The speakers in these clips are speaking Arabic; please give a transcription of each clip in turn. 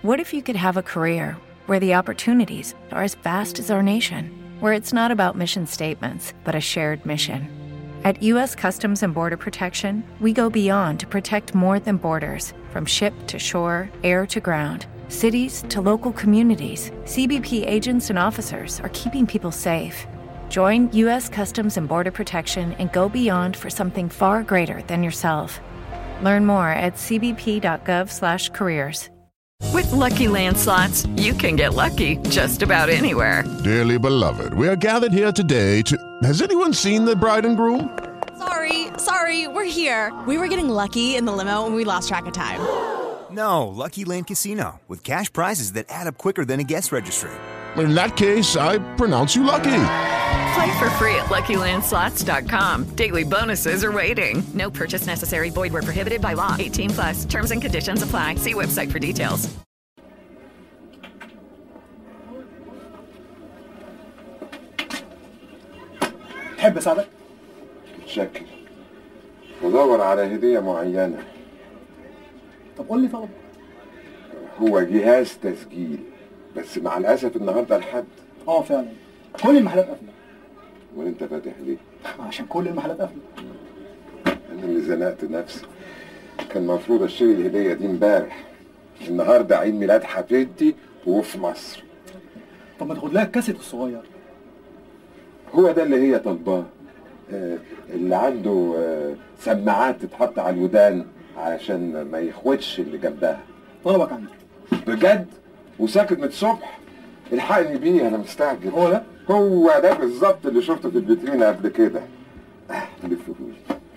What if you could have a career where the opportunities are as vast as our nation, where it's not about mission statements, but a shared mission? At U.S. Customs and Border Protection, we go beyond to protect more than borders. From ship to shore, air to ground, cities to local communities, CBP agents and officers are keeping people safe. Join U.S. Customs and Border Protection and go beyond for something far greater than yourself. Learn more at cbp.gov/careers. With Lucky Land Slots, you can get lucky just about anywhere. Dearly beloved, we are gathered here today to... Has anyone seen the bride and groom? Sorry, we're here. We were getting lucky in the limo and we lost track of time. No, Lucky Land Casino, with cash prizes that add up quicker than a guest registry. In that case, I pronounce you lucky. Play for free at LuckyLandSlots.com. Daily bonuses are waiting. No purchase necessary. Void where prohibited by law. 18+. Terms and conditions apply. See website for details. تحب اساعدك؟ متشكر. بدور على هدية معينة. طب قول لي طلب. هو جهاز تسجيل، بس مع الأسف النهارده الحد. فعلا. كل المحلات قافلة. وانت فاتح ليه؟ عشان كل المحلات قافلة. انا اللي زنقت نفسي. كان المفروض اشتري الهدية دي امبارح. النهارده عيد ميلاد حفيدتي وفي مصر. طب ما تاخد لها الكاسيت الصغير. هو ده اللي هي طالباه. اللي عنده سماعات تتحط على الودان علشان ما يخوتش اللي جنبها. طلبك عندي. بجد؟ وساكت من الصبح؟ الحقني بيه انا مستعجل. هو ده بالظبط اللي شفته في الفيترينا قبل كده. لفهولي.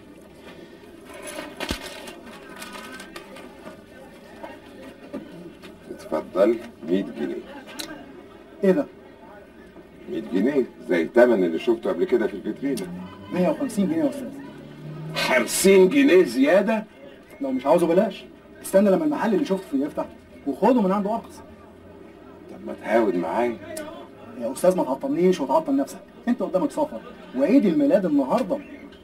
اتفضل. 100 جنيه. ايه ده؟ 100 جنيه زي الثمن اللي شفته قبل كده في الفيترينا. 150 جنيه يا استاذ. 50 جنيه زيادة؟ لو مش عاوزه بلاش. استنى لما المحل اللي شفته فيه يفتح وخده من عنده ارخص. طب ما تحاول معايا. يا استاذ ما تعطلنيش وتعطل نفسك. انت قدامك سفر وعيد الميلاد النهارده.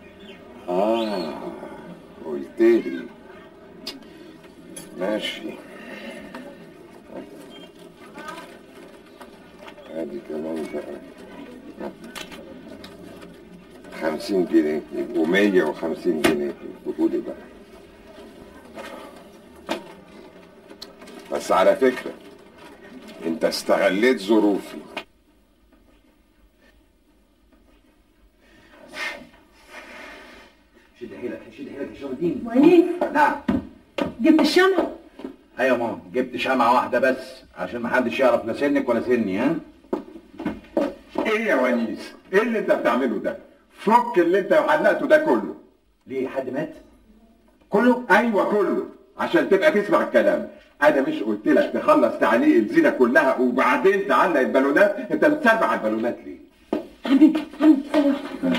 قلت لي. ماشي. ادي كمان بقى 50 جنيه يبقوا 150 جنيه يبقوا لي بقى. بس على فكرة انت استغليت ظروفي. شد حيلك يا شربين. وليد. نعم. جبت الشمع؟ ايوه ماما، جبت شمعة واحدة بس عشان محدش يعرف لا سنك ولا سني. ها؟ ايه يا ونيس؟ ايه اللي انت بتعمله ده؟ فك اللي انت علقته ده كله. ليه حد مات؟ كله؟ ايوه كله، عشان تبقى تسمع الكلام. انا مش قلت لك تخلص تعليق الزينة كلها وبعدين تعلق البالونات؟ انت بتسرع البالونات ليه؟ حبيبي ثانية واحدة.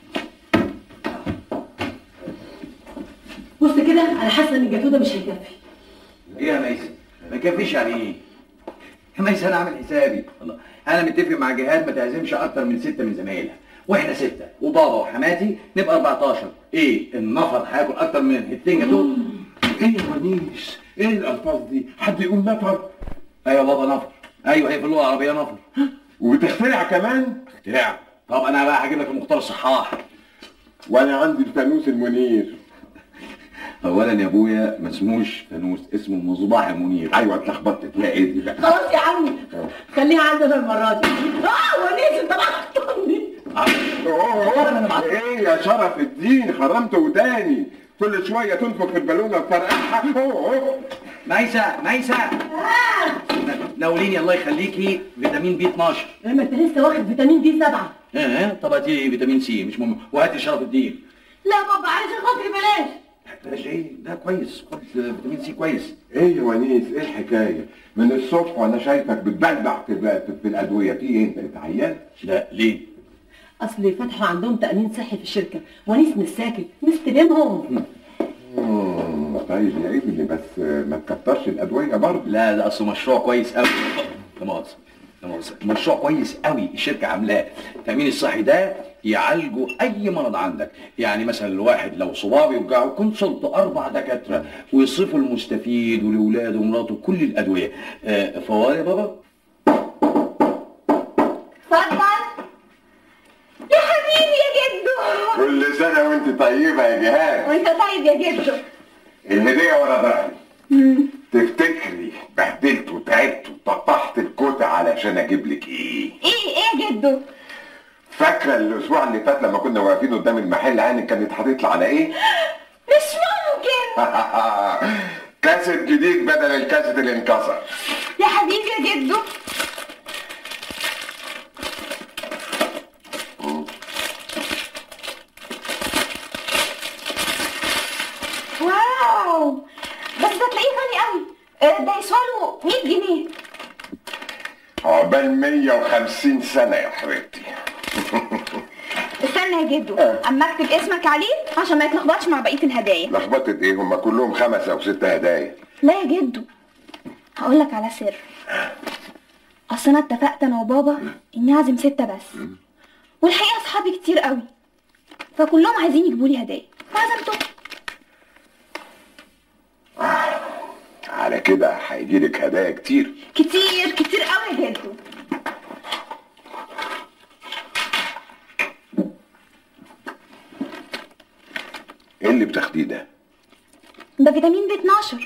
بص كده، انا حاسه ان الجاتوه ده مش هيكفي. ايه يا ميسي؟ ما يكفيش يعني ايه؟ يا ميسي انا عامل حسابي. الله، انا متفق مع جهاد ما تعزمش اكتر من 6 من زمايلها، واحنا 6 وبابا وحماتي نبقى 14. ايه النفر هياكل اكتر من هتين جاتوه؟ ايه يا ونيس؟ ايه الالفاظ دي؟ حد يقول نفر؟ ايوه بابا نفر. ايوه هي في اللغه العربيه نفر. وتخترع كمان؟ اختراع. طب انا بقى هجيب لك المختار الصحاح. وانا عندي الفانوس المنير. اولا يا ابويا ما اسموش فانوس، اسمه مصباح المنير. ايوه اتلخبطت. لا ايه دي بقى؟ خلاص يا عمي خليها عندنا المره دي. ونيس انت بقى ايه يا شرف الدين؟ خرمت وداني كل شويه تنفخ في البالونه وتفرقعها. ميسة ناوليني الله يخليكي فيتامين بي 12. ما انت لسه واخد فيتامين بي 7. طب هاتي فيتامين سي مش مهم، وهاتي شرف الدين. لا بابا علشان خاطري بلاش. بلاش ايه؟ ده كويس، فيتامين سي كويس. ايه يا ونيس؟ ايه الحكايه؟ من الصبح وانا شايفك بتبلبع في الادويه. في ايه؟ انت اتعينت؟ لا ليه؟ اصل فتحوا عندهم تامين صحي في الشركه، ونيس مش ساكت مستلمهم. طيب يا ابني بس ما تكترش الادويه برضه. لا ده اصله مشروع كويس قوي. لا مؤاخذه مشروع كويس قوي الشركه عاملاه. التامين الصحي ده يعالجوا اي مرض عندك. يعني مثلا الواحد لو صباعه يوجعه كونسلت 4 دكاتره ويصرفوا المستفيد ولاولاده ومراته كل الادويه. فوار يا بابا. اتفضل يا حبيبي يا جدو. كل سنه وانت طيبه يا جهاد. وانت طيب يا جدو. الهديه ورا ظهري. تفتكري بهدلت وتعبت وطفحت الكوته علشان اجيب لك ايه يا جدو؟ فاكره الاسبوع اللي فات لما كنا واقفين قدام المحل عينك كانت هتطلع على ايه؟ مش ممكن. كاسيت جديد بدل الكاسيت اللي انكسر. يا حبيبي يا جدو. واو، بس ده تلاقيه غالي قوي. ده يسوى له 100 جنيه. عقبال 150 سنه يا حبيبتي. استنى يا جدو، اما اكتب اسمك عليه عشان ما يتلخبطش مع بقيه الهدايا. لخبطت ايه؟ هما كلهم 5 أو 6 هدايا. لا يا جدو، هقول لك على سر. اصل انا اتفقت انا وبابا اني اعزم 6 بس، والحقيقه اصحابي كتير قوي، فكلهم عايزين يجيبوا لي هدايا فعزمتهم. على كده هيجيلك هدايا كتير كتير كتير قوي يا جدو. ايه اللي بتاخديه ده؟ ده فيتامين B12.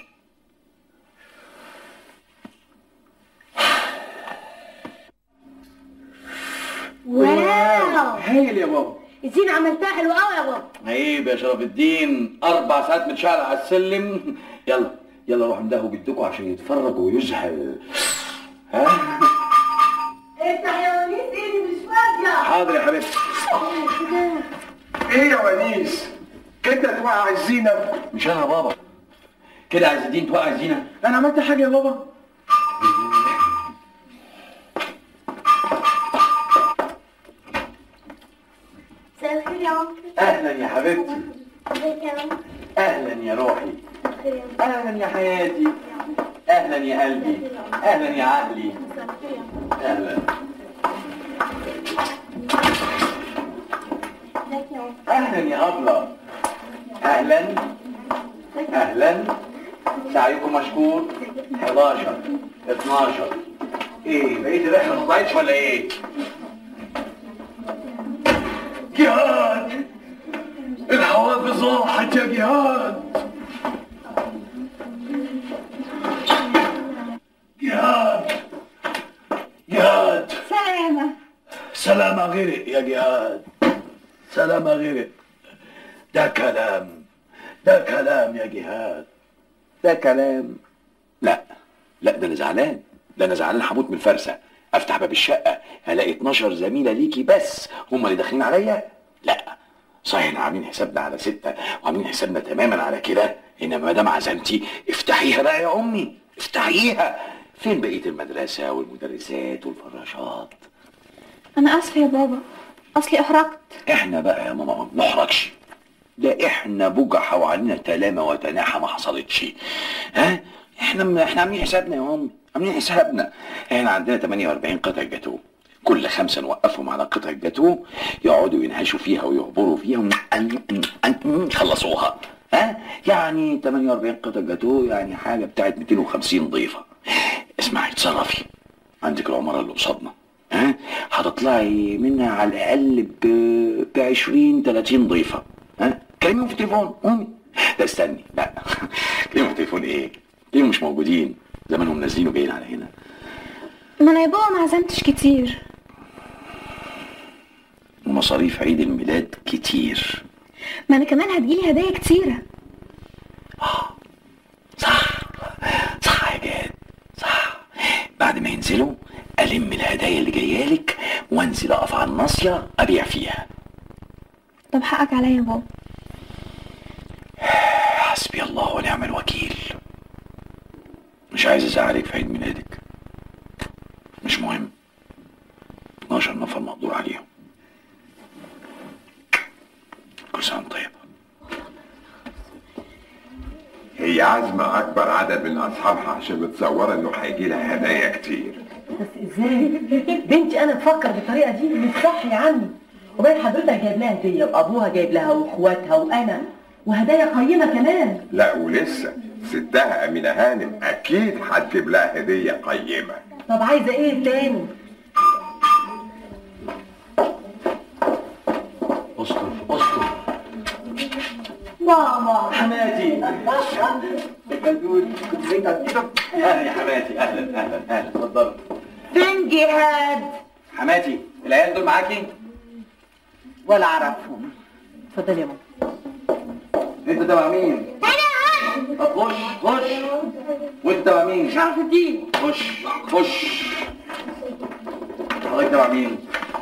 واو، هايل يا بابا. الزينة عملتها حلوة قوي يا بابا. عيب يا شرف الدين، 4 ساعات متشعلق على السلم. يلا يلا روح اندهوا جدكم عشان يتفرج ويزهل. ها؟ افتح يا ونيس، ايدي مش فاضية. حاضر يا حبيبتي. ايه يا ونيس؟ كده توقع الزينة؟ مش انا يا بابا. كده عايز الدين توقع الزينة؟ انا عملت حاجة يا بابا؟ مساء الخير يا عمر. اهلا يا حبيبتي. ازيك يا عمر؟ اهلا يا روحي. اهلا يا حياتي. اهلا يا قلبي. اهلا يا عقلي. اهلا. اهلا يا ابله. اهلا اهلا. سعيكم مشكور. 11 12. ايه بقيت الرحله ما ضاعتش ولا ايه؟ جهاد، الحوافز راحت يا جهاد. جهاد جهاد. سلامة غرق يا جهاد. سلامة غرق. ده كلام يا جهاد. ده كلام. لا ده انا زعلان. ده انا زعلان هموت من الفرسه. افتح باب الشقه هلاقي 12 زميله ليكي بس هم اللي داخلين عليا. لا صحيح احنا عاملين حسابنا على 6 وعاملين حسابنا تماما على كده، انما ما دام عزمتي افتحيها بقى يا امي، افتحيها. فين بقيه المدرسه والمدرسات والفراشات؟ انا اسفه يا بابا، اصلي احرجت. احنا بقى يا ماما ما بنحرجش. ده احنا بجحة وعلينا تلامة وتناحة ما حصلتش. ها احنا عاملين حسابنا يا ماما، عاملين حسابنا. احنا عندنا 48 قطعة جاتوه، كل 5 نوقفهم على قطعة جاتوه يقعدوا ينهشوا فيها ويعبروا فيها يخلصوها. ها يعني 48 قطعة جاتوه يعني حاجة بتاعت 250 ضيفة. اسمعي اتصرفي، عندك العمارة اللي قصادنا، ها هتطلعي منها على الأقل ب 20 30 ضيفة. ها كلميهم في التليفون قومي. لا استني، لا كلميهم في التليفون ايه؟ كلميهم مش موجودين، زمانهم نازلين وجايين على هنا. ما انا يا بابا ما عزمتش كتير، ومصاريف عيد الميلاد كتير. ما انا كمان هتجيلي هدايا كتيرة. صح يا جاد، صح. بعد ما ينزلوا ألم الهدايا اللي جايالك وانزل اقف على الناصية ابيع فيها. طب حقك عليا يا بابا. حسبي الله ونعم الوكيل. مش عايز ازعلك في عيد ميلادك، مش مهم. 12 نفر مقدور عليهم. كل سنة طيب. هي عازمة أكبر عدد من أصحابها عشان متصورة إنه هيجي لها هدايا كتير. بس ازاي؟ بنتي أنا تفكر بالطريقة دي مش صح يا عمي. وبين حضرتك جايب لها هديه وابوها جايب لها واخواتها وانا وهدايا قيمه كمان. لا ولسه ستها امينه هانم اكيد هتجيب لها هديه قيمه. طب عايزه ايه تاني؟ استر ماما حماتي البلدول كنت زيت على ايدك. اهلا يا حماتي، اهلا اتفضلي. فين جهاد؟ حماتي العيال دول معاكي؟ ولا اعرفهم. اتفضلي يا ماما. انت تبع مين؟ طب خش وانت تبع مين؟ شرف الدين. خش حضرتك تبع مين؟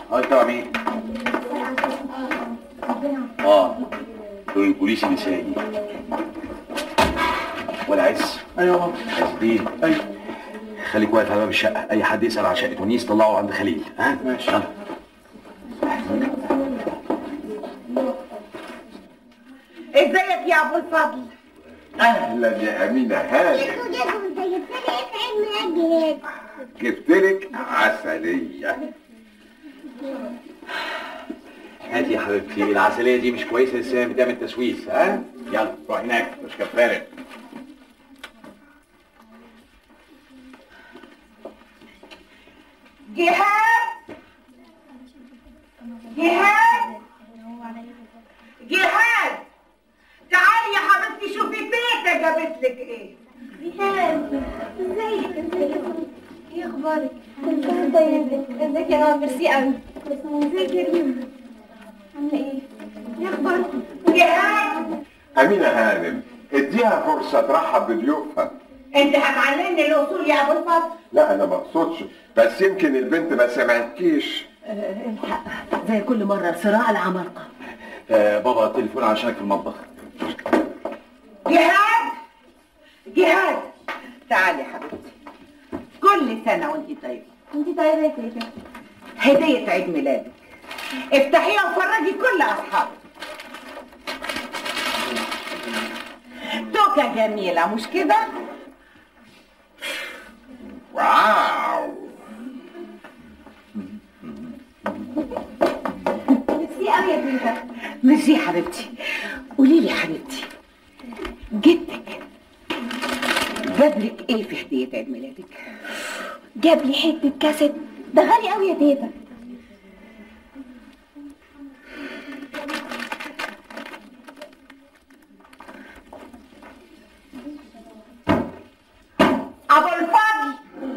دول البوليس النسائي. ولا عز؟ ايوه بابا. عز الدين. ايوه. خليك واقف على باب الشقه، اي حد يسال عن شقه ونيس طلعه عند خليل. ها ماشي. يلا. ازيك يا ابو الفضل؟ اهلا يا امينه هانم. جبتلك عسليه. هاتي يا حبيبتي، العسليه دي مش كويسه لسه بتعمل تسويس. ها يلا روح هناك مش كفاره. جهاد تعالي يا حبيبتي شوفي تيتا جابت لك ايه. جهاد ازيك ايه اخبارك؟ كل سنه طيبه. ازيك يا ماما؟ ميرسي قوي. ازيك يا ريم؟ عامله ايه؟ ايه اخبارك؟ جهاد امينه هانم اديها فرصه ترحب بضيوفها. انت هتعلمني الاصول يا ابو الفضل. لا انا ما اقصدش، بس يمكن البنت ما سمعتكيش. الحق زي كل مره صراع العمالقه. بابا تليفون عشانك في المطبخ. جهاد تعالي يا حبيبتي. كل سنه وانت طيبه. انت طيبه يا تيتا. هديه عيد ميلادك، افتحيها وفرجي كل اصحابك. توكه جميله مش كده؟ واو ميرسي قوي يا تيتا. ميرسي حبيبتي. قولي لي حبيبتي، جدك جابلك ايه في هديه عيد ميلادك؟ جاب لي حته كاسيت، ده غالي قوي يا تيتا. ابو الفضل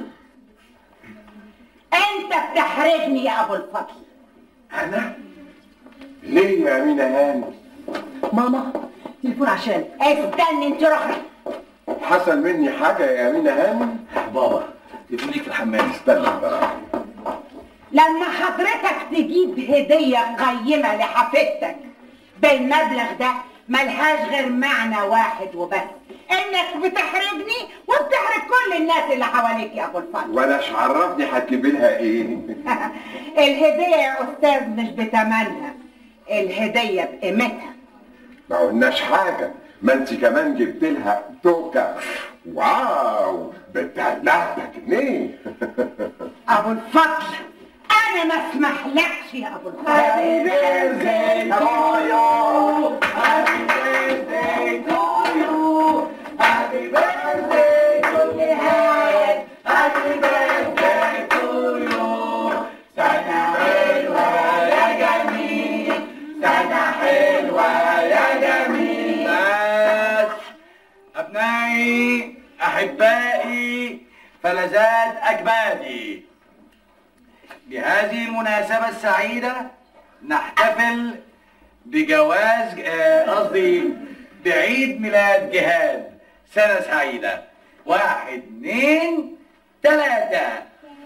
انت بتحرجني يا ابو الفضل. انا ليه يا امينه هانم؟ ماما تليفون عشان. استني انت رخرة. حصل مني حاجه يا امينه هانم؟ بابا تليفون ليك في الحمام. استنى بقى. لما حضرتك تجيب هدية قيمة لحفيدتك بالمبلغ ده ملهاش غير معنى واحد وبس، انك بتحرجني وبتحرج كل الناس اللي حواليك يا ابو الفضل. وانا ايش عرفني هتجيب لها ايه؟ الهدية يا استاذ مش بتمنها، الهدية بقيمتها. ما قلناش حاجه، ما انت كمان جبت لها توكه. واو ب3 جنيه. ابو الفضل انا ما اسمحلكش يا ابو الفضل. أبنائي أحبائي فلذات أكبادي، بهذه المناسبة السعيدة نحتفل بجواز بعيد ميلاد جهاد. سنة سعيدة. 1 2 3.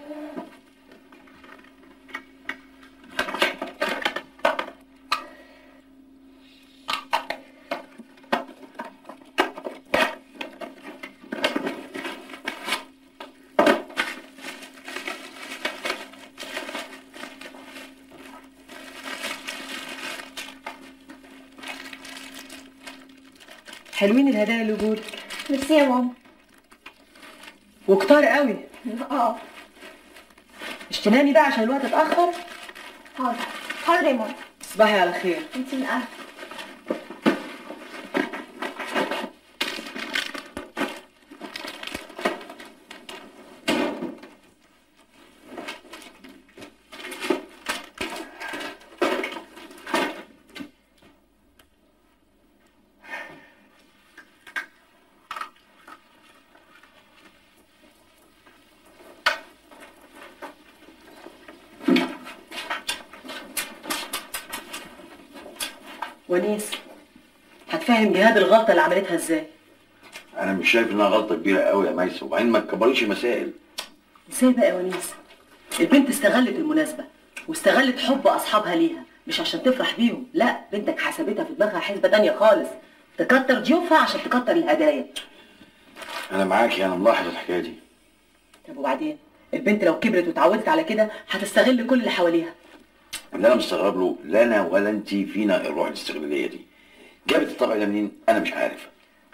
حلوين الهدايا اللي جولك. ميرسي يا ماما. وكتار قوي. اه اشتناني بقى عشان الوقت اتأخر. حاضر حاضر يا ماما. تصبحي على خير. انت من قلبك. ونيس، هتفهم جهاد الغلطه اللي عملتها ازاي؟ انا مش شايف انها غلطه كبيره قوي يا ميسه، وبعدين ما تكبريش مسائل. ازاي بقى يا ونيس؟ البنت استغلت المناسبه واستغلت حب اصحابها ليها، مش عشان تفرح بيهم، لا، بنتك حسبتها في دماغها حسبه تانيه خالص، تكتر ضيوفها عشان تكتر الهدايا. انا معاكي، انا ملاحظ الحكايه دي. طب وبعدين؟ البنت لو كبرت واتعودت على كده هتستغل كل اللي حواليها. اللي انا مستغرب له لا انا ولا انت فينا الروح الاستغلاليه دي. جابت الطبع ده منين؟ انا مش عارف.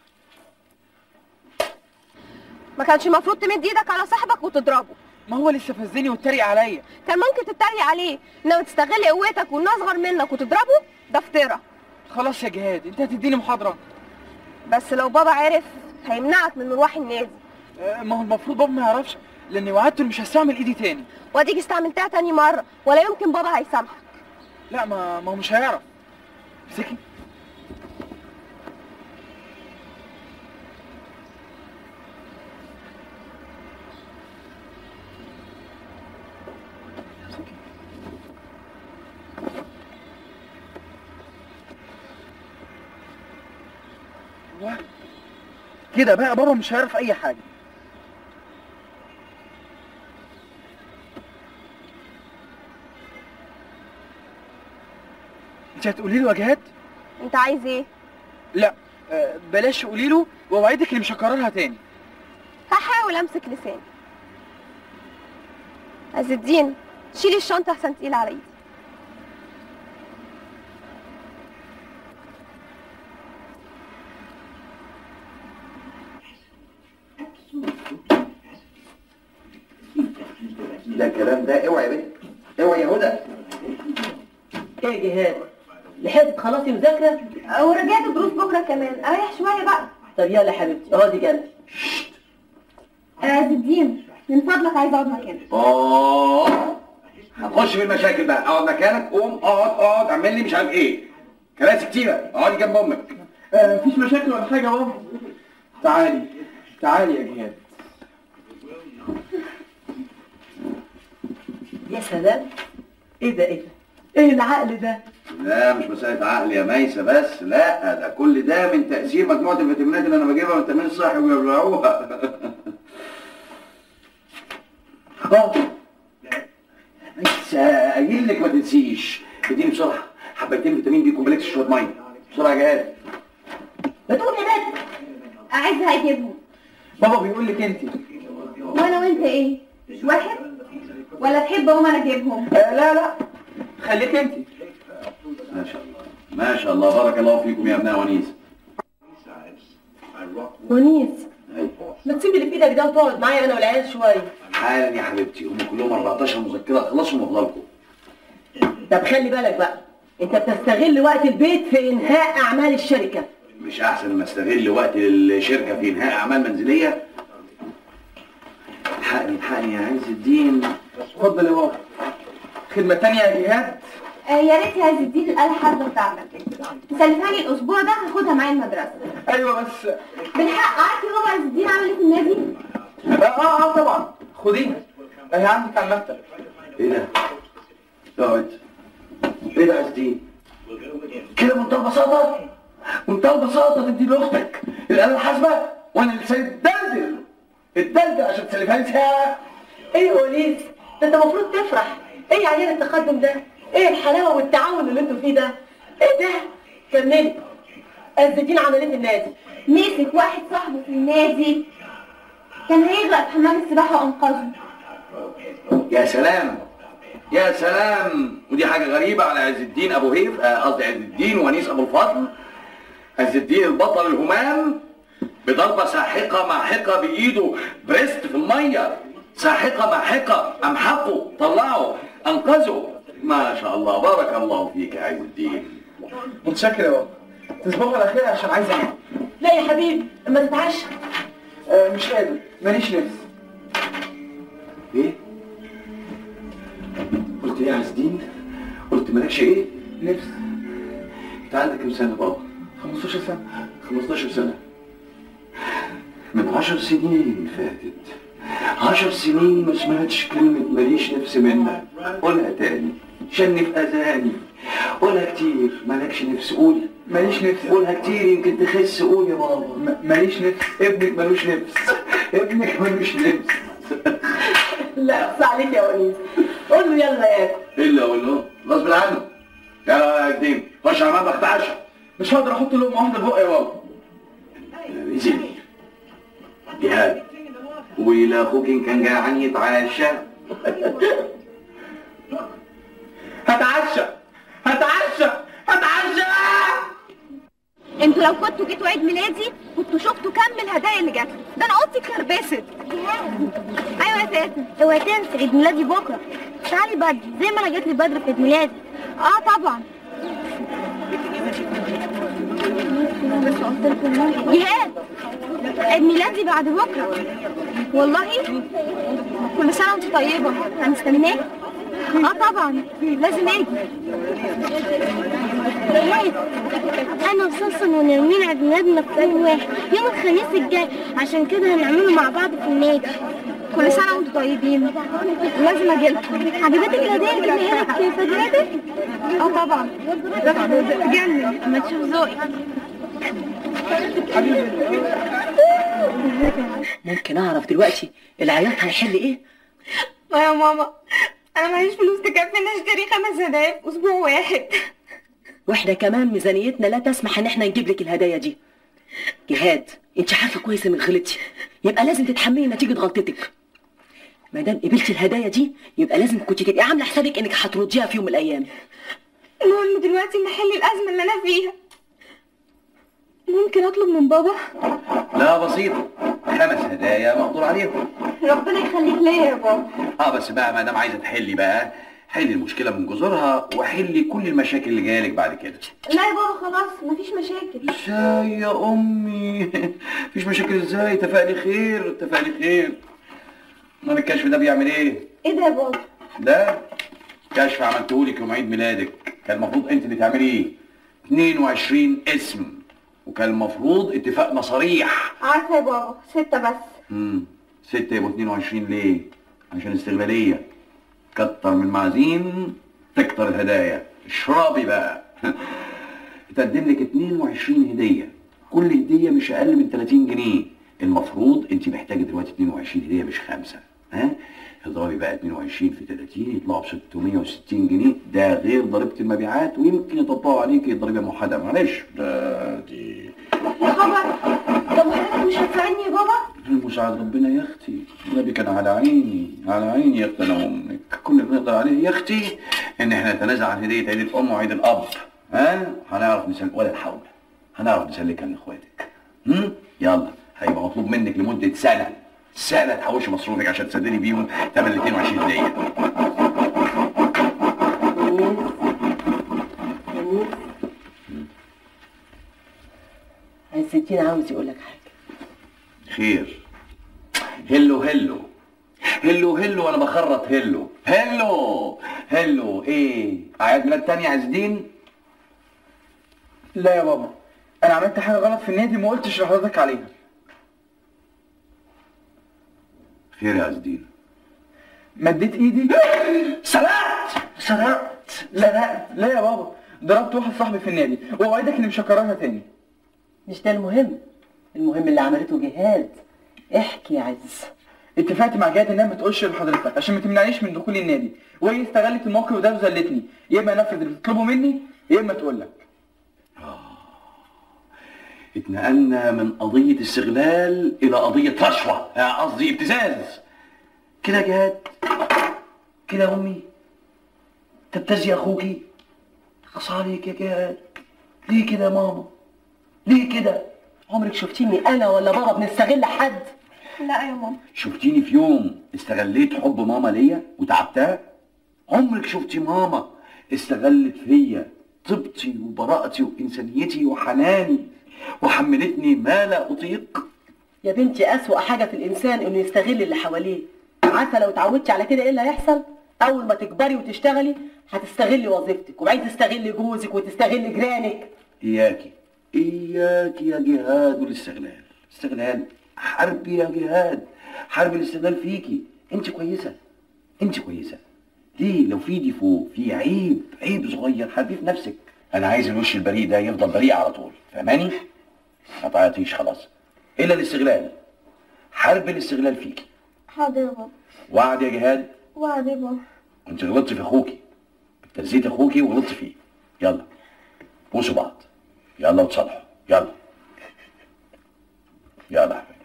ما كانش المفروض تمد ايدك على صاحبك وتضربه. ما هو لسه فزني واتريق عليا. كان ممكن تتريق عليه، انما تستغل قوتك والناس اصغر منك وتضربه، ده افتراء. خلاص يا جهاد، انت هتديني محاضره. بس لو بابا عرف هيمنعك من مروح النادي. ما هو المفروض بابا ما يعرفش، لاني وعدته اني مش هستعمل ايدي تاني. واديك استعملتها تاني مره، ولا يمكن بابا هيسامحك. لا، ما هو مش هيعرف. امسكي. كده بقى بابا مش هيعرف اي حاجه. انت هتقولي له يا جهاد؟ انت عايز ايه؟ لا، بلاش قولي له، واوعدك اني مش هكررها تاني. هحاول امسك لساني. عز الدين، شيلي الشنطه احسن تقيل على ايدي. ده الكلام ده؟ اوعي يا بنت، اوعي يا هدى. ايه يا جهاد؟ لحقت تخلصي مذاكره؟ ورجعت دروس بكره كمان، اريح شويه بقى. طب يلا يا حبيبتي اقعدي جنبي. عز الدين، من فضلك عايزه اقعد مكانك. هتخش في المشاكل بقى. اقعد مكانك، قوم اقعد اعمل لي مش عارف ايه. كراسي كتيره، اقعدي جنب امك. مفيش مشاكل ولا حاجه يا بابا. تعالي يا جهاد. يا سلام، ايه ده؟ ايه العقل ده؟ لا مش مسألة عقل يا ميسة بس، لا، ده كل ده من تأثير مجموعة الفيتامينات اللي أنا بجيبها من التأمين الصحي ويبلعوها. ميسة قايل لك ما تنسيش، اديني بسرعة حبيتين فيتامين بي كومبلكس شوية مية، بسرعة يا جهاد. ما تقول يا بنت. عايزها اجيبهم. بابا بيقول لك أنت. وانا وانت ايه؟ مش واحد؟ ولا تحب هما انا اجيبهم؟ لا، خليك انت. ما شاء الله ما شاء الله، بارك الله فيكم يا ابناء ونيس. ونيس، ما تسيب اللي في ايدك ده وتقعد معايا انا والعيال شويه. حالا يا حبيبتي، هم كلهم 14 مذكره، خلصوا مفضلكم. طب خلي بالك بقى، انت بتستغل وقت البيت في انهاء اعمال الشركه. مش احسن ما استغل وقت الشركه في انهاء اعمال منزليه؟ الحقني يا عز الدين. اتفضل يا بابا. خدمه تانية يا جهاد؟ يا ريت يا عز الدين الآلة الحاسبة بتاعتك تسلفها لي الأسبوع ده، هاخدها معايا المدرسة. أيوه بس بالحق عارف يا بابا عز الدين عامل إيه في النادي؟ طبعا، خديها أهي عندك على المكتب. إيه ده؟ اقعد. إيه ده يا عز الدين؟ كده بمنتهى البساطة؟ بمنتهى البساطة تدي لأختك الآلة الحاسبة وأنا لساني الدلدل عشان تسلفها لي ساعة. إيه يا وليد؟ ده أنت المفروض تفرح. إيه عيال التقدم ده؟ ايه الحلاوه والتعاون اللي انتوا فيه ده؟ ايه ده؟ كملي. عز الدين عمل ايه في النادي؟ مسك واحد صاحبه في النادي كان هيغرق في حمام السباحه وانقذه. يا سلام يا سلام، ودي حاجه غريبه على عز الدين ابو هيف، قصدي عز الدين ونيس ابو الفضل. عز الدين البطل الهمام بضربه ساحقه ماحقه بايده، بريست في الميه، ساحقه ماحقه، امحقه، طلعه، انقذه. ما شاء الله، بارك الله فيك يا عز الدين. متشكر يا بابا. تصبحوا على خير عشان عايز انام. لا يا حبيبي اما تتعشى. مش قادر، ماليش نفس. ايه؟ قلت ايه يا عز الدين؟ قلت مالكش ايه؟ نفس. انت عندك كم سنة بابا؟ 15 سنة. 15 سنة؟ من 10 سنين فاتت. 10 سنين ما سمعتش كلمة ماليش نفس منك. قولها تاني، شنف أذاني. قولها كتير، مالكش نفس. قول ماليش نفس. قولها كتير يمكن تخس. قول يا بابا. ماليش نفس. ابنك مالوش نفس. ابنك مالوش نفس. لا اقصى عليك يا ونيس. قول له يلا ياكل. ايه اللي اقول له؟ غصب عنه. يلا يا قديم خش على المطبخ تعشى. مش هقدر احط لقمة واحدة في بقي يا بابا. نزل جهاد وإلى أخوك إن كان جاعان يتعشى. هتعشى هتعشى هتعشى. انتوا لو كنتوا جيتوا عيد ميلادي كنتوا شفتوا كم الهدايا اللي جات لي. ده انا اوضتي اتكربست. ايوه يا تاتا. اوعي تنسي عيد ميلادي بكره. تعالي بدري زي ما انا جيت لي بدري في عيد ميلادي. طبعا. جهاد عيد ميلادي بعد بكره. والله كل سنه وانت طيبه. هنستناك. طبعا لازم اجي. جهاد انا وسوسن ونرمين عيد ميلادنا في يوم واحد، يوم الخميس الجاي، عشان كده هنعمله مع بعض في النادي. كل سنه وانتم طيبين. لازم اجي لكم. عجبتك الهدايا اللي جبناها لك في فجرتك؟ طبعا. تجنن اما تشوف ذوقي. ممكن اعرف دلوقتي العياط هيحل ايه؟ يا ماما انا معيش فلوس تكفينا اشتري 5 هدايا في اسبوع واحد. واحنا كمان ميزانيتنا لا تسمح ان احنا نجيب لك الهدايا دي. جهاد انت عارفه كويس انك غلطتي، يبقى لازم تتحملي نتيجه غلطتك. ما دام قبلتي الهدايا دي يبقى لازم كنت تبقي عامله حسابك انك هترديها في يوم من الايام. المهم دلوقتي نحل الازمه اللي انا فيها. ممكن اطلب من بابا؟ لا بسيطة، 5 هدايا مقدور عليهم. ربنا يخليك ليا يا بابا. بس بقى ما دام عايزة تحلي بقى، حلي المشكلة من جذورها وحلي كل المشاكل اللي جايلك بعد كده. لا يا بابا خلاص مفيش مشاكل. ازاي يا امي؟ مفيش مشاكل ازاي؟ تفائلي خير تفائلي خير. امال الكشف ده بيعمل ايه؟ ايه ده يا بابا؟ ده كشف عملتهولك يوم عيد ميلادك، كان المفروض انت اللي تعمليه. 22 اسم، وكان المفروض اتفاقنا صريح. عارفه يا بابا 6 بس. 6 يبقوا 22 ليه؟ عشان استغلالية. كتر من المعازيم تكتر الهدايا. اشربي بقى. تقدم لك 22 هدية، كل هدية مش أقل من 30 جنيه. المفروض أنت محتاجة دلوقتي 22 هدية مش 5. اضربي بقى 22 في 30 يطلعوا ب 660 جنيه، ده غير ضريبة المبيعات، ويمكن يطبقوا عليكي ضريبة موحدة. معلش دي يا خبر. طب وحضرتك مش هتساعدني يا بابا؟ المساعد ربنا يا اختي. النبي كان على عيني على عيني يا اختي انا وامك. كل اللي بنقدر عليه يا اختي ان احنا نتنازل عن هديه عيد الام وعيد الاب. هنعرف نسلك ولا الحول، هنعرف نسلكها من اخواتك. يلا هيبقى مطلوب منك لمده سنه تحوشي مصروفك عشان تسددي بيهم ثمن ال 22 هديه. عز الدين عاوز يقول لك حاجه. خير. هلو هلو هلو هلو، انا بخرط هلو هلو هلو. ايه اعياد ميلاد تاني يا عز الدين؟ لا يا بابا، انا عملت حاجه غلط في النادي ما قلتش لحضرتك عليها. خير يا عز الدين؟ مديت ايدي سرقت. لا يا بابا، ضربت واحد صاحبي في النادي واوعدك اني مش هكررها تاني. مش ده المهم اللي عملته جهاد. احكي يا عز. اتفقت مع جهاد انها ما تقولش لحضرتك عشان ما تمنعنيش من دخول النادي، وهي استغلت الموقف ده وذلتني. يا اما انفذ اللي بتطلبه مني يا اما تقول لك. اتنقلنا من قضية استغلال إلى قضية رشوة، قصدي ابتزاز. كده يا جهاد؟ كده يا أمي؟ تبتزي أخوكي؟ خص عليك يا جهاد. ليه كده يا ماما؟ ليه كده؟ عمرك شفتيني أنا ولا بابا بنستغل حد؟ لا يا ماما. شفتيني في يوم استغليت حب ماما ليا وتعبتها؟ عمرك شفتي ماما استغلت فيا طيبتي وبراءتي وانسانيتي وحناني وحملتني ما لا اطيق. يا بنتي اسوأ حاجه في الانسان انه يستغل اللي حواليه. عارفه لو اتعودتي على كده ايه اللي هيحصل؟ اول ما تكبري وتشتغلي هتستغلي وظيفتك، وبعدين تستغلي جوزك وتستغلي جيرانك. اياكي يا جهاد والاستغلال. استغلال حرب يا جهاد، حرب الاستغلال فيكي. انت كويسه، انت كويسه. ليه لو في ديفو، في عيب صغير حربيه في نفسك. انا عايز الوش البريء ده يفضل بريء على طول، فهماني؟ ما تعيطيش خلاص. الا الاستغلال، حرب الاستغلال فيكي. حاضر يا بابا. وعد يا جهاد. وعد يا بابا. انت غلطتي في اخوكي، ابتزيت اخوكي وغلطتي فيه. يلا بوسوا بعض، يلا وتصالحوا، يلا يا حبايبي.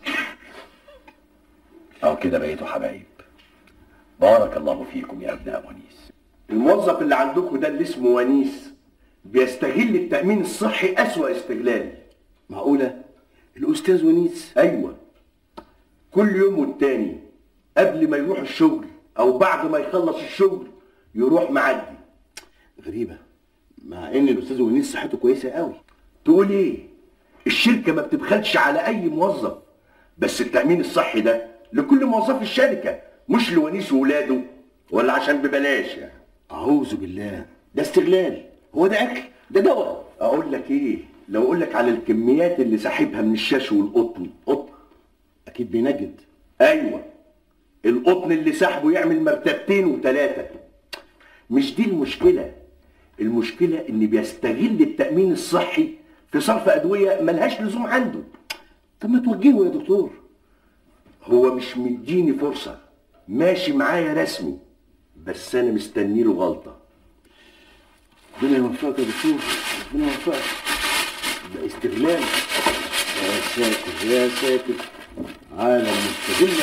اهو كده بقيتوا حبايب. بارك الله فيكم يا ابناء ونيس. الموظف اللي عندكم ده اللي اسمه ونيس بيستغل التأمين الصحي أسوأ استغلال. معقولة؟ الأستاذ ونيس؟ أيوة، كل يوم والتاني قبل ما يروح الشغل أو بعد ما يخلص الشغل يروح معدي. غريبة، مع إن الأستاذ ونيس صحته كويسة قوي. تقول إيه؟ الشركة ما بتبخلش على أي موظف، بس التأمين الصحي ده لكل موظف الشركة، مش لونيس وولاده، ولا عشان ببلاش يعني. أعوذ بالله، ده استغلال. هو ده أكل؟ ده دواء. أقول لك إيه؟ لو أقول لك على الكميات اللي ساحبها من الشاش والقطن. قطن أكيد بينجد. أيوه، القطن اللي ساحبه يعمل مرتبتين و3. مش دي المشكلة. المشكلة إن بيستغل التأمين الصحي في صرف أدوية ملهاش لزوم عنده. طب ما توجهه يا دكتور. هو مش مديني فرصة، ماشي معايا رسمي، بس أنا مستني له غلطة. ربنا يوفقك يا دكتور، ربنا يوفقك. ده استغلال. يا ساتر يا ساتر، عالم مستغلة.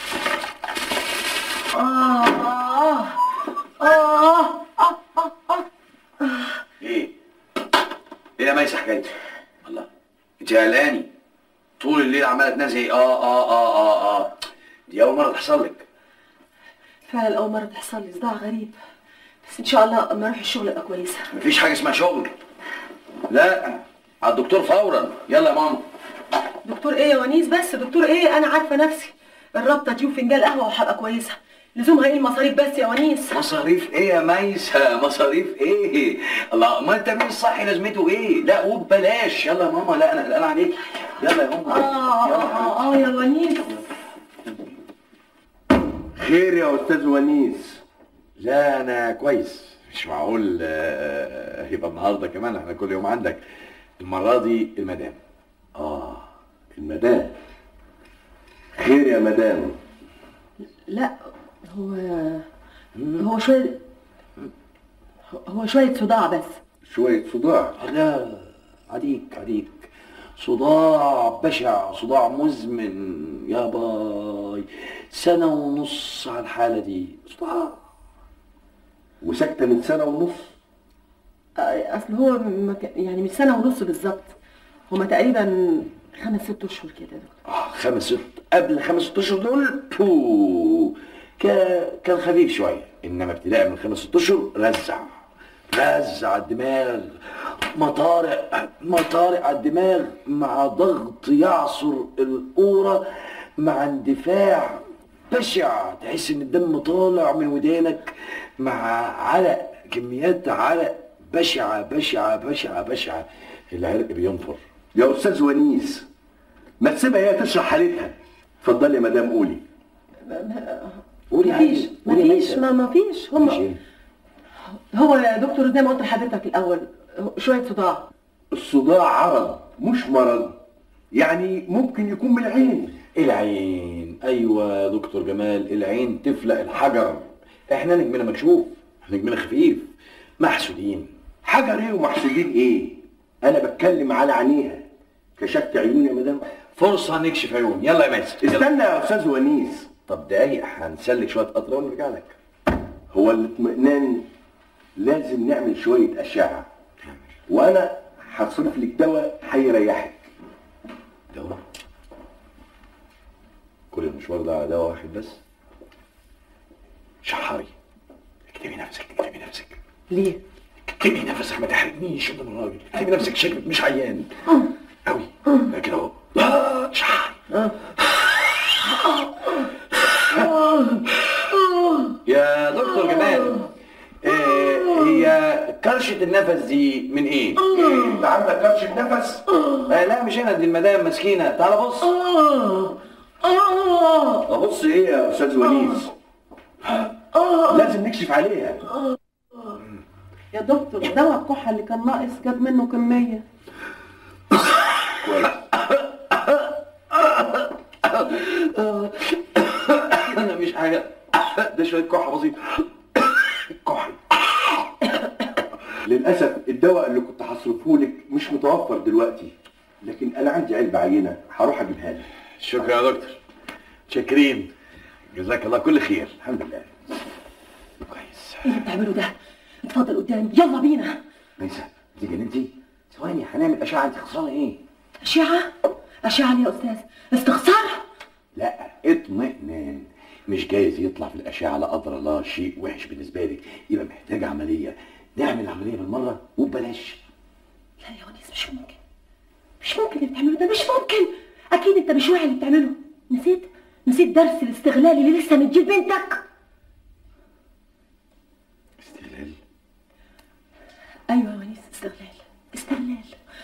ايه يا ميسة حكايتي؟ الله، انت قلقاني طول الليل عماله تنزعي دي اول مره تحصل لك. فعلا اول مره تحصل لي، صداع غريب، بس ان شاء الله اما اروح الشغل ابقى كويسه. مفيش حاجه اسمها شغل، لا، على الدكتور فورا. يلا يا ماما. دكتور ايه يا ونيس؟ بس دكتور ايه؟ انا عارفه نفسي. الرابطه دي وفنجان قهوه وهبقى كويسه. لزومها ايه المصاريف بس يا ونيس؟ مصاريف ايه يا ميسة؟ مصاريف ايه؟ الله، ما انت مين صحي لازمته ايه؟ لا وببلاش. يلا يا ماما، لا انا قلقان عليك. يلا يا ماما. يا ونيس. خير يا استاذ ونيس؟ لا انا كويس. مش معقول يبقى النهارده كمان، احنا كل يوم عندك. المره دي المدام. المدام. خير يا مدام؟ لا هو شوية صداع بس. شوية صداع؟ لا، عليك صداع بشع، صداع مزمن يا باي. 1.5 سنة على الحالة دي صداع. وسكتة من 1.5 سنة؟ اصل هو يعني مش 1.5 سنة بالظبط، هما تقريبا 5-6 اشهر كده. 5-6 قبل 5-6 اشهر دول كان خفيف شويه، انما ابتداء من 5-6 اشهر رزع الدماغ، مطارق على الدماغ، مع ضغط يعصر القوره، مع اندفاع بشع، تحس ان الدم طالع من ودانك، مع عرق، كميات عرق بشعه. العرق بينفر. يا استاذ ونيس، ما تسيبها هي تشرح حالتها. اتفضلي يا مدام، قولي. مفيش. هو يا دكتور زي ما قلت لحضرتك الاول، شويه صداع. الصداع عرض مش مرض، يعني ممكن يكون من العين. ايوه يا دكتور جمال، العين تفلق الحجر. احنا نجمنا مكشوف، نجمنا خفيف، محسودين. حجر ايه ومحسودين ايه؟ انا بتكلم على عينيها. كشفت عيون يا مدام؟ فرصه نكشف عيون. يلا يا ميسي. استنى يا استاذ ونيس. طب دقايق هنسلك شويه قطره ونرجع لك. هو الاطمئنان لازم نعمل شويه اشعه، وانا هصرف لك دواء هيريحك. دواء؟ كل المشوار ده على دواء واحد بس؟ شحري. اكتبي نفسك. ليه؟ كتمي نفسك ما تحرجنيش قدام الراجل، كتمي نفسك شكلك مش عيان قوي كده اهو. يا دكتور جمال، هي كرشة النفس دي من ايه؟ انت عندك كرشة نفس؟ لا مش انا، دي المدام مسكينة. تعال بص. ابص ايه يا استاذ ونيس؟ لازم نكشف عليها. يا دكتور دواء الكحة اللي كان ناقص جاب منه كمية. كويس. انا مش حاجة، ده شوية كحة بسيطة. كحة. للأسف الدواء اللي كنت هصرفه لك مش متوفر دلوقتي، لكن أنا عندي علبة عينة هروح أجيبها لك. شكرا يا دكتور. شاكرين. جزاك الله كل خير. الحمد لله. كويس. ايه اللي بتعمله ده؟ اتفضل قدامي، يلا بينا. ميسة انت جننتي؟ ثواني هنعمل أشعة، انت خسرانة ايه؟ أشعة؟ أشعة يا أستاذ؟ استخسار؟ لا اطمئنان، مش جايز يطلع في الأشعة لا قدر الله شيء وحش بالنسبة لك يبقى محتاج عملية. نعمل عملية بالمرة وببلاش. لا يا ونيس مش ممكن، مش ممكن اللي بتعمله ده، مش ممكن. أكيد أنت مش واعي اللي بتعمله. نسيت درس الاستغلال اللي لسه مديه لبنتك. استغلال؟ أيوة يا ونيس، استغلال.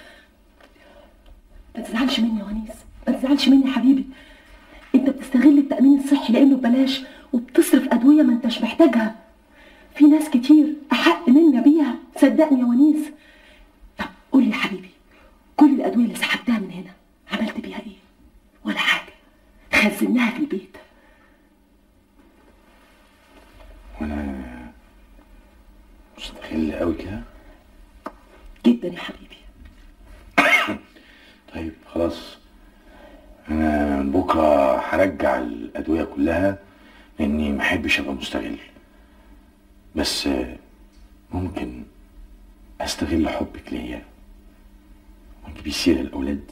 ما تزعلش مني يا ونيس، ما تزعلش مني يا حبيبي. أنت بتستغل التأمين الصحي لأنه ببلاش وبتصرف أدوية ما أنتش محتاجها. في ناس كتير أحق منا بيها، صدقني يا ونيس. طب قول لي يا حبيبي، كل الأدوية اللي سحبتها من هنا عملت بيها إيه؟ ولا حاجة، خزناها في البيت. وأنا مستغل قوي كده؟ جدا يا حبيبي. طيب خلاص، أنا بكرة هرجع الأدوية كلها لأني ما أحبش أبقى مستغل، بس ممكن أستغل حبك ليا وتجيبي سيرة الأولاد.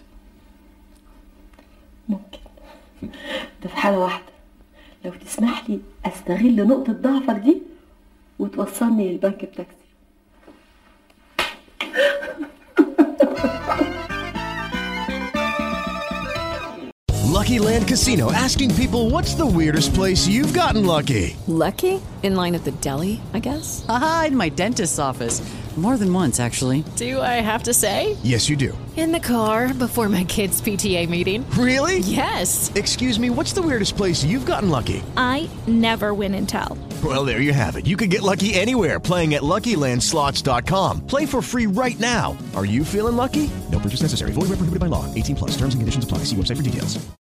ممكن، ده في حالة واحدة، لو تسمح لي أستغل نقطة ضعفك دي وتوصلني للبنك بتاكسي. Lucky Land Casino, asking people, what's the weirdest place you've gotten lucky? Lucky? In line at the deli, I guess? Aha, in my dentist's office. More than once, actually. Do I have to say? Yes, you do. In the car before my kids' PTA meeting. Really? Yes. Excuse me, what's the weirdest place you've gotten lucky? I never win and tell. Well, there you have it. You can get lucky anywhere, playing at LuckyLandSlots.com. Play for free right now. Are you feeling lucky? No purchase necessary. Void where prohibited by law. 18+. Terms and conditions apply. See website for details.